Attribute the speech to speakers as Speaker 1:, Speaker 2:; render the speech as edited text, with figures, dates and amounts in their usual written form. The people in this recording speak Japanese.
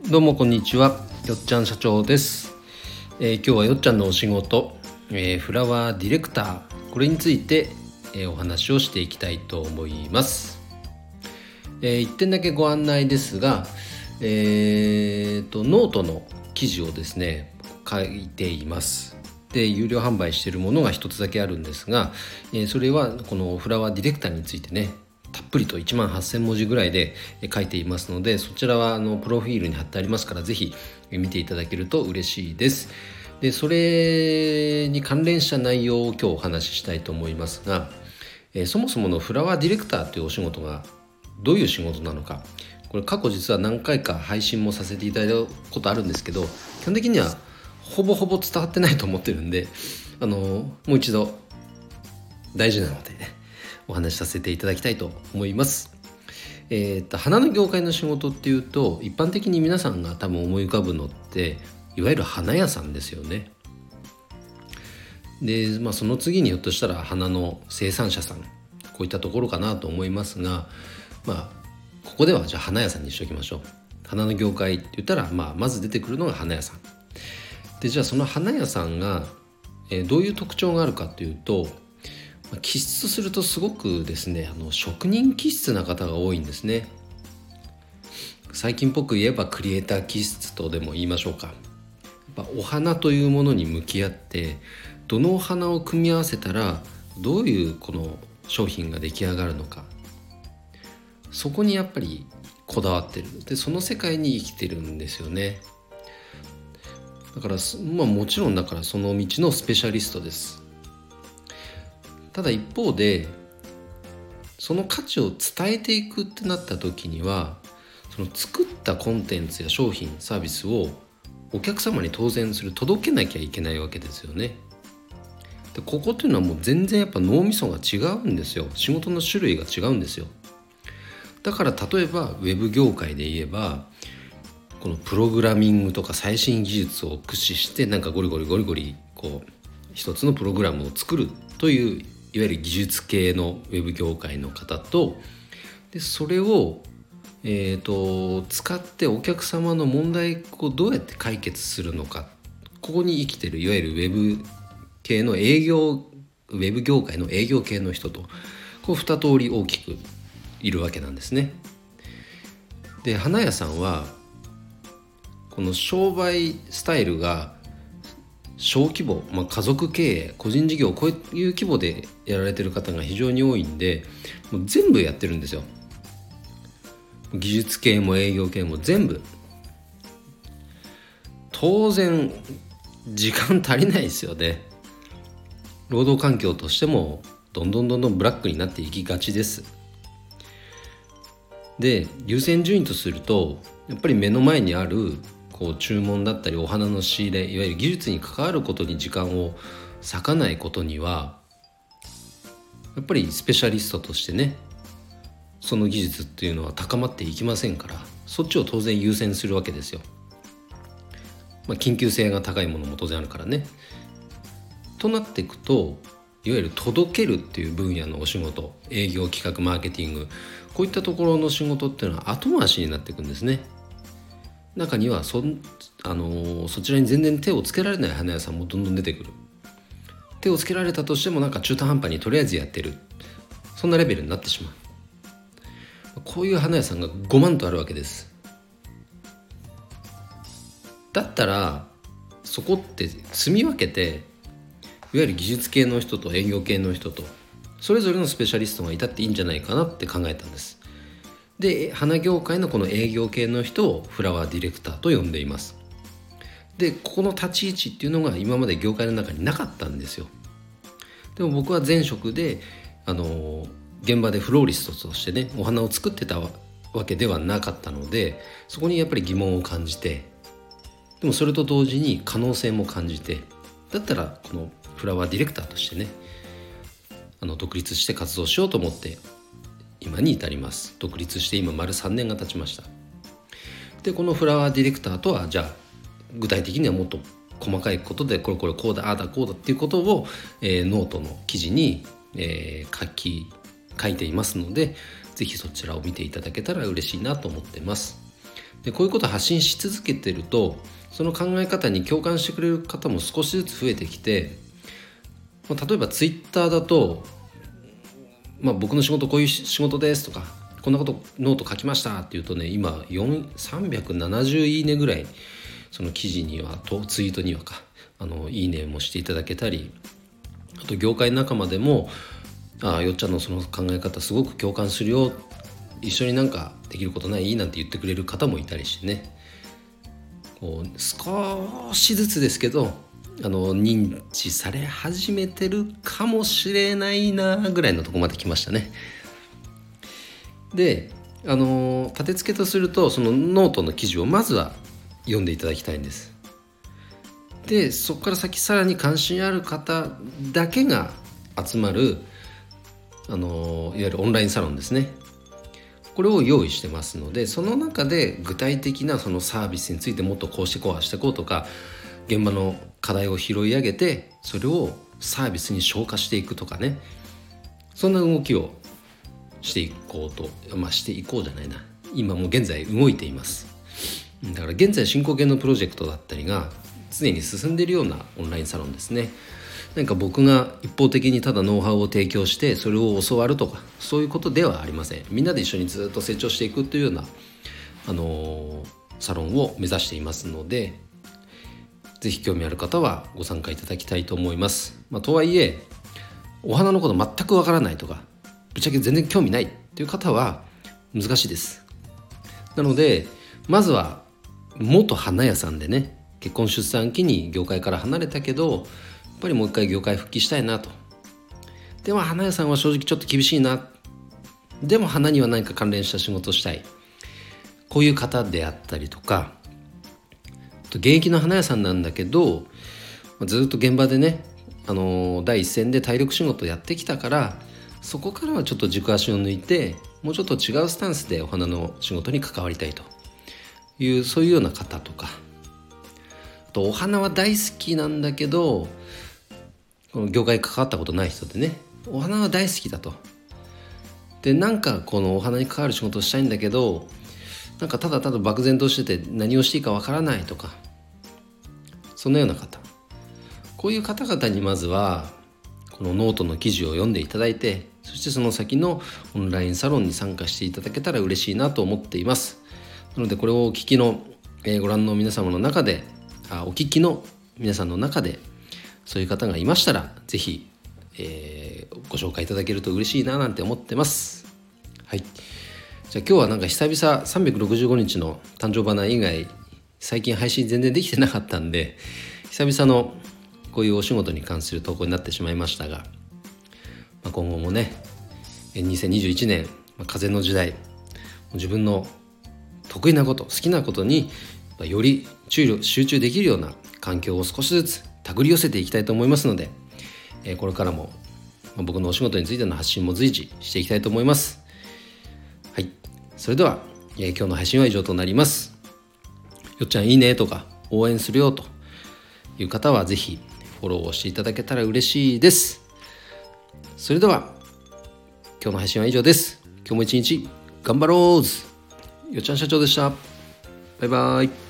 Speaker 1: どうもこんにちは、よっちゃん社長です。今日はよっちゃんのお仕事、フラワーディレクター、これについて、お話をしていきたいと思います。1点だけご案内ですが、ノートの記事をですね書いています。で、有料販売しているものが一つだけあるんですが、それはこのフラワーディレクターについてね、たっぷりと1万8000文字ぐらいで書いていますので、そちらはプロフィールに貼ってありますから、ぜひ見ていただけると嬉しいです。で、それに関連した内容を今日お話ししたいと思いますが、そもそものフラワーディレクターというお仕事がどういう仕事なのか、これ過去実は何回か配信もさせていただいたことあるんですけど、基本的にはほぼほぼ伝わってないと思ってるんで、もう一度大事なのでお話しさせていただきたいと思います。花の業界の仕事っていうと、一般的に皆さんが多分思い浮かぶのっていわゆる花屋さんですよね。で、その次にひょっとしたら花の生産者さん、こういったところかなと思いますが、ここではじゃあ花屋さんにしておきましょう。花の業界って言ったら、まず出てくるのが花屋さんで、じゃあその花屋さんが、どういう特徴があるかというと、気質するとすごくですね、職人気質な方が多いんですね。最近っぽく言えばクリエイター気質とでも言いましょうか。やっぱお花というものに向き合って、どのお花を組み合わせたらどういうこの商品が出来上がるのか、そこにやっぱりこだわってる。で、その世界に生きてるんですよね。だからもちろんだからその道のスペシャリストです。ただ一方で、その価値を伝えていくってなった時には、その作ったコンテンツや商品サービスをお客様に当然届けなきゃいけないわけですよね。で、ここっていうのはもう全然やっぱ脳みそが違うんですよ。仕事の種類が違うんですよ。だから例えばウェブ業界で言えば、このプログラミングとか最新技術を駆使してゴリゴリこう一つのプログラムを作るといういわゆる技術系のウェブ業界の方と、でそれを、使ってお客様の問題をどうやって解決するのか、ここに生きてるいわゆるウェブ系の営業、ウェブ業界の営業系の人と、こう2通り大きくいるわけなんですね。で、花屋さんはこの商売スタイルが小規模、家族経営、個人事業、こういう規模でやられてる方が非常に多いんで、もう全部やってるんですよ。技術系も営業系も全部。当然時間足りないですよね。労働環境としてもどんどんブラックになっていきがちです。で、優先順位とすると、やっぱり目の前にある注文だったりお花の仕入れ、いわゆる技術に関わることに時間を割かないことには、やっぱりスペシャリストとしてね、その技術っていうのは高まっていきませんから、そっちを当然優先するわけですよ。緊急性が高いものも当然あるからね。となっていくと、いわゆる届けるっていう分野のお仕事、営業、企画、マーケティング、こういったところの仕事っていうのは後回しになっていくんですね。中にはそちらに全然手をつけられない花屋さんもどんどん出てくる。手をつけられたとしても中途半端にとりあえずやってる、そんなレベルになってしまう。こういう花屋さんが5万とあるわけです。だったらそこって住み分けて、いわゆる技術系の人と営業系の人とそれぞれのスペシャリストがいたっていいんじゃないかなって考えたんです。で、花業界のこの営業系の人をフラワーディレクターと呼んでいます。で、ここの立ち位置っていうのが今まで業界の中になかったんですよ。でも僕は前職で現場でフローリストとしてね、お花を作ってたわけではなかったので、そこにやっぱり疑問を感じて、でもそれと同時に可能性も感じて、だったらこのフラワーディレクターとしてね、独立して活動しようと思って今に至ります。独立して今丸3年が経ちました。で、このフラワーディレクターとは、じゃあ具体的にはもっと細かいことでこれこうだああだこうだっていうことを、ノートの記事に、書いていますので、ぜひそちらを見ていただけたら嬉しいなと思ってます。 でこういうことを発信し続けてると、その考え方に共感してくれる方も少しずつ増えてきて、例えばツイッターだと、僕の仕事こういう仕事ですとか、こんなことノート書きましたっていうとね、今370いいねぐらい、その記事にはとツイートにはかいいねもしていただけたり、あと業界仲間でもよっちゃんのその考え方すごく共感するよ、一緒になんかできることないなんて言ってくれる方もいたりしてね、こう少しずつですけど認知され始めてるかもしれないなぐらいのところまで来ましたね。で立て付けとすると、そのノートの記事をまずは読んでいただきたいんです。でそこから先、さらに関心ある方だけが集まるいわゆるオンラインサロンですね、これを用意してますので、その中で具体的なそのサービスについてもっとこうしてこうしてこうとか、現場の課題を拾い上げてそれをサービスに昇華していくとかね、そんな動きをしていこうと、していこうじゃないな、今もう現在動いています。だから現在進行形のプロジェクトだったりが常に進んでいるようなオンラインサロンですね。何か僕が一方的にただノウハウを提供してそれを教わるとか、そういうことではありません。みんなで一緒にずっと成長していくというような、サロンを目指していますので、ぜひ興味ある方はご参加いただきたいと思います。とはいえお花のこと全くわからないとか、ぶっちゃけ全然興味ないという方は難しいです。なのでまずは元花屋さんでね、結婚出産期に業界から離れたけどやっぱりもう一回業界復帰したいなと、でも花屋さんは正直ちょっと厳しいな、でも花には何か関連した仕事をしたい、こういう方であったりとか、現役の花屋さんなんだけどずっと現場でね第一線で体力仕事をやってきたから、そこからはちょっと軸足を抜いてもうちょっと違うスタンスでお花の仕事に関わりたいという、そういうような方とか、あとお花は大好きなんだけどこの業界に関わったことない人でね、お花は大好きだと、でなんかこのお花に関わる仕事をしたいんだけど、なんかただただ漠然としてて何をしていいかわからないとか、そんなような方、こういう方々にまずはこのノートの記事を読んでいただいて、そしてその先のオンラインサロンに参加していただけたら嬉しいなと思っています。なのでこれをお聞きの、ご覧の皆様の中でお聞きの皆さんの中でそういう方がいましたら、ぜひ、ご紹介いただけると嬉しいななんて思ってます。はい、じゃあ今日はなんか久々365日の誕生花以外最近配信全然できてなかったんで、久々のこういうお仕事に関する投稿になってしまいましたが、今後もね2021年、風の時代、自分の得意なこと好きなことにより集中できるような環境を少しずつ手繰り寄せていきたいと思いますので、これからも僕のお仕事についての発信も随時していきたいと思います。はい、それでは、今日の配信は以上となります。よっちゃんいいねとか応援するよという方はぜひフォローをしていただけたら嬉しいです。それでは今日の配信は以上です。今日も一日頑張ろう。よっちゃん社長でした。バイバイ。